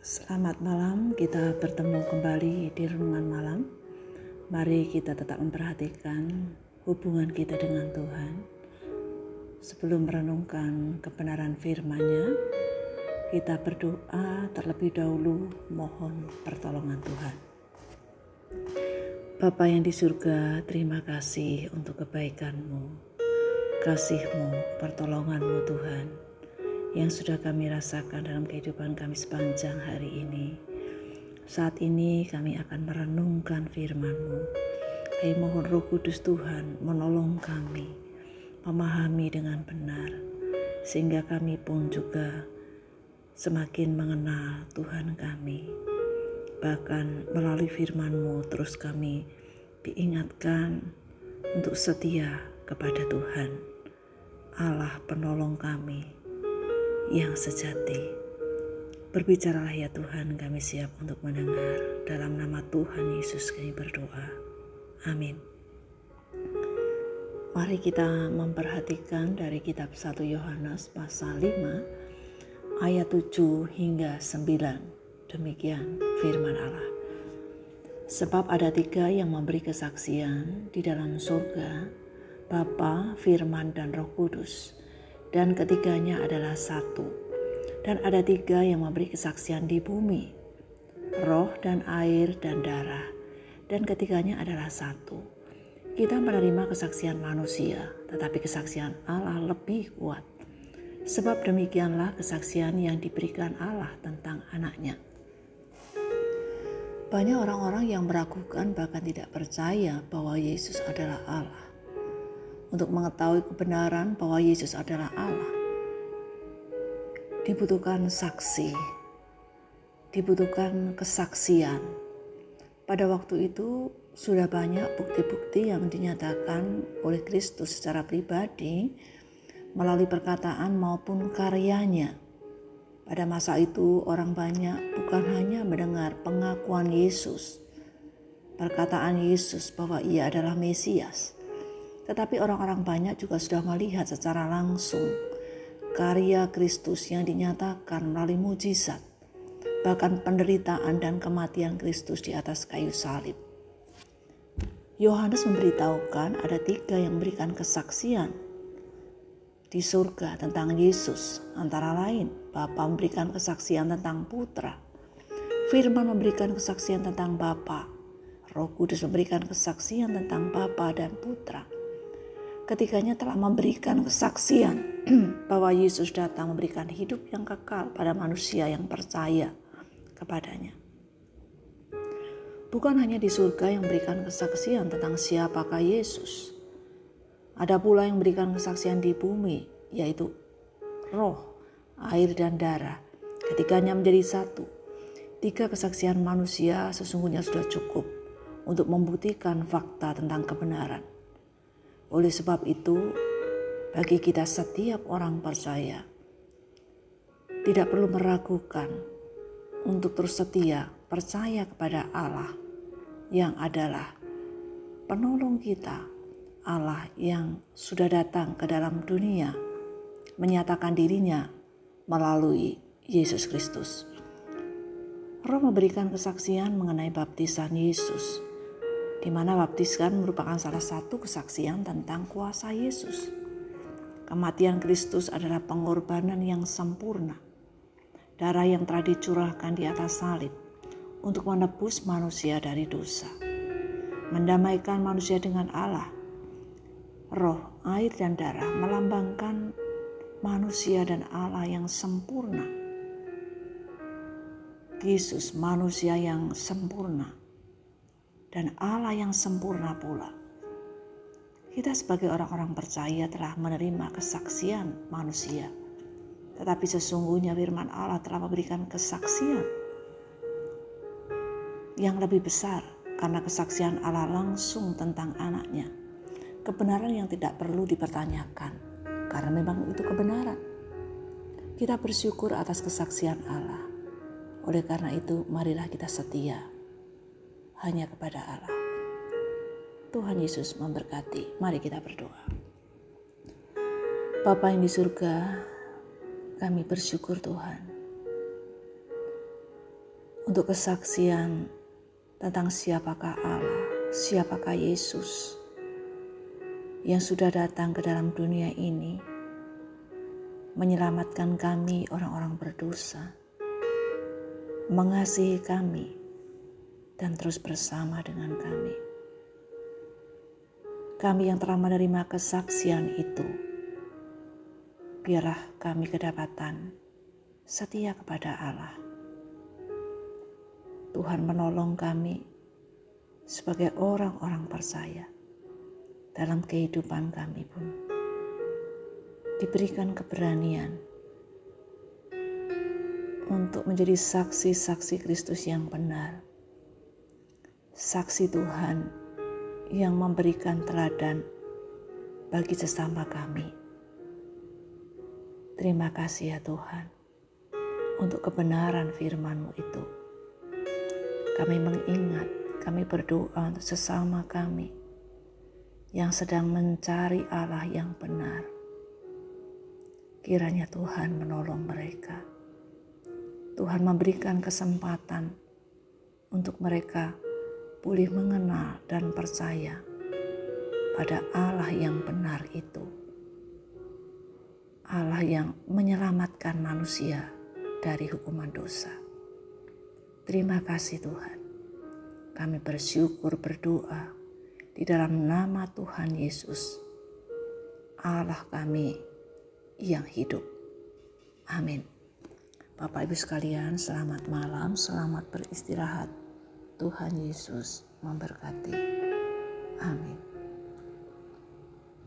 Selamat malam, kita bertemu kembali di renungan malam. Mari kita tetap memperhatikan hubungan kita dengan Tuhan. Sebelum merenungkan kebenaran firman-Nya, kita berdoa terlebih dahulu mohon pertolongan Tuhan. Bapa yang di surga, terima kasih untuk kebaikan-Mu, kasih-Mu, pertolongan-Mu Tuhan, yang sudah kami rasakan dalam kehidupan kami sepanjang hari ini. Saat ini kami akan merenungkan firman-Mu. Hai, mohon Roh Kudus Tuhan menolong kami, memahami dengan benar, sehingga kami pun juga semakin mengenal Tuhan kami. Bahkan melalui firman-Mu terus kami diingatkan untuk setia kepada Tuhan, Allah penolong kami yang sejati. Berbicaralah ya Tuhan, kami siap untuk mendengar. Dalam nama Tuhan Yesus kami berdoa. Amin. Mari kita memperhatikan dari kitab 1 Yohanes pasal 5 ayat 7 hingga 9. Demikian firman Allah. Sebab ada 3 yang memberi kesaksian di dalam surga, Bapa, Firman, dan Roh Kudus. Dan ketiganya adalah satu. Dan ada 3 yang memberi kesaksian di bumi, roh dan air dan darah. Dan ketiganya adalah satu. Kita menerima kesaksian manusia, tetapi kesaksian Allah lebih kuat. Sebab demikianlah kesaksian yang diberikan Allah tentang anaknya. Banyak orang-orang yang meragukan bahkan tidak percaya bahwa Yesus adalah Allah. Untuk mengetahui kebenaran bahwa Yesus adalah Allah, dibutuhkan saksi, dibutuhkan kesaksian. Pada waktu itu sudah banyak bukti-bukti yang dinyatakan oleh Kristus secara pribadi melalui perkataan maupun karyanya. Pada masa itu orang banyak bukan hanya mendengar pengakuan Yesus, perkataan Yesus bahwa ia adalah Mesias, tetapi orang-orang banyak juga sudah melihat secara langsung karya Kristus yang dinyatakan melalui mujizat, bahkan penderitaan dan kematian Kristus di atas kayu salib. Yohanes memberitahukan ada 3 yang memberikan kesaksian di surga tentang Yesus, antara lain Bapa memberikan kesaksian tentang Putra, Firman memberikan kesaksian tentang Bapa, Roh Kudus memberikan kesaksian tentang Bapa dan Putra. Ketiganya telah memberikan kesaksian bahwa Yesus datang memberikan hidup yang kekal pada manusia yang percaya kepadanya. Bukan hanya di surga yang memberikan kesaksian tentang siapakah Yesus. Ada pula yang memberikan kesaksian di bumi, yaitu roh, air, dan darah. Ketiganya menjadi satu. 3 kesaksian manusia sesungguhnya sudah cukup untuk membuktikan fakta tentang kebenaran. Oleh sebab itu, bagi kita setiap orang percaya, tidak perlu meragukan untuk terus setia percaya kepada Allah yang adalah penolong kita, Allah yang sudah datang ke dalam dunia, menyatakan dirinya melalui Yesus Kristus. Roh memberikan kesaksian mengenai baptisan Yesus, di mana baptisan merupakan salah satu kesaksian tentang kuasa Yesus. Kematian Kristus adalah pengorbanan yang sempurna. Darah yang telah dicurahkan di atas salib untuk menebus manusia dari dosa, mendamaikan manusia dengan Allah. Roh, air, dan darah melambangkan manusia dan Allah yang sempurna. Yesus manusia yang sempurna dan Allah yang sempurna pula. Kita sebagai orang-orang percaya telah menerima kesaksian manusia, tetapi sesungguhnya firman Allah telah memberikan kesaksian yang lebih besar, karena kesaksian Allah langsung tentang anaknya. Kebenaran yang tidak perlu dipertanyakan, karena memang itu kebenaran. Kita bersyukur atas kesaksian Allah. Oleh karena itu, marilah kita setia hanya kepada Allah. Tuhan Yesus memberkati. Mari kita berdoa. Bapa yang di surga, kami bersyukur Tuhan untuk kesaksian tentang siapakah Allah, siapakah Yesus yang sudah datang ke dalam dunia ini menyelamatkan kami orang-orang berdosa, mengasihi kami, dan terus bersama dengan kami. Kami yang telah menerima kesaksian itu, biarlah kami kedapatan setia kepada Allah. Tuhan menolong kami sebagai orang-orang percaya. Dalam kehidupan kami pun diberikan keberanian untuk menjadi saksi-saksi Kristus yang benar, saksi Tuhan yang memberikan teladan bagi sesama kami. Terima kasih ya Tuhan untuk kebenaran firman-Mu itu. Kami mengingat, kami berdoa untuk sesama kami yang sedang mencari Allah yang benar. Kiranya Tuhan menolong mereka. Tuhan memberikan kesempatan untuk mereka pulih mengenal dan percaya pada Allah yang benar itu. Allah yang menyelamatkan manusia dari hukuman dosa. Terima kasih Tuhan. Kami bersyukur berdoa di dalam nama Tuhan Yesus, Allah kami yang hidup. Amin. Bapak Ibu sekalian, selamat malam, selamat beristirahat. Tuhan Yesus memberkati. Amin.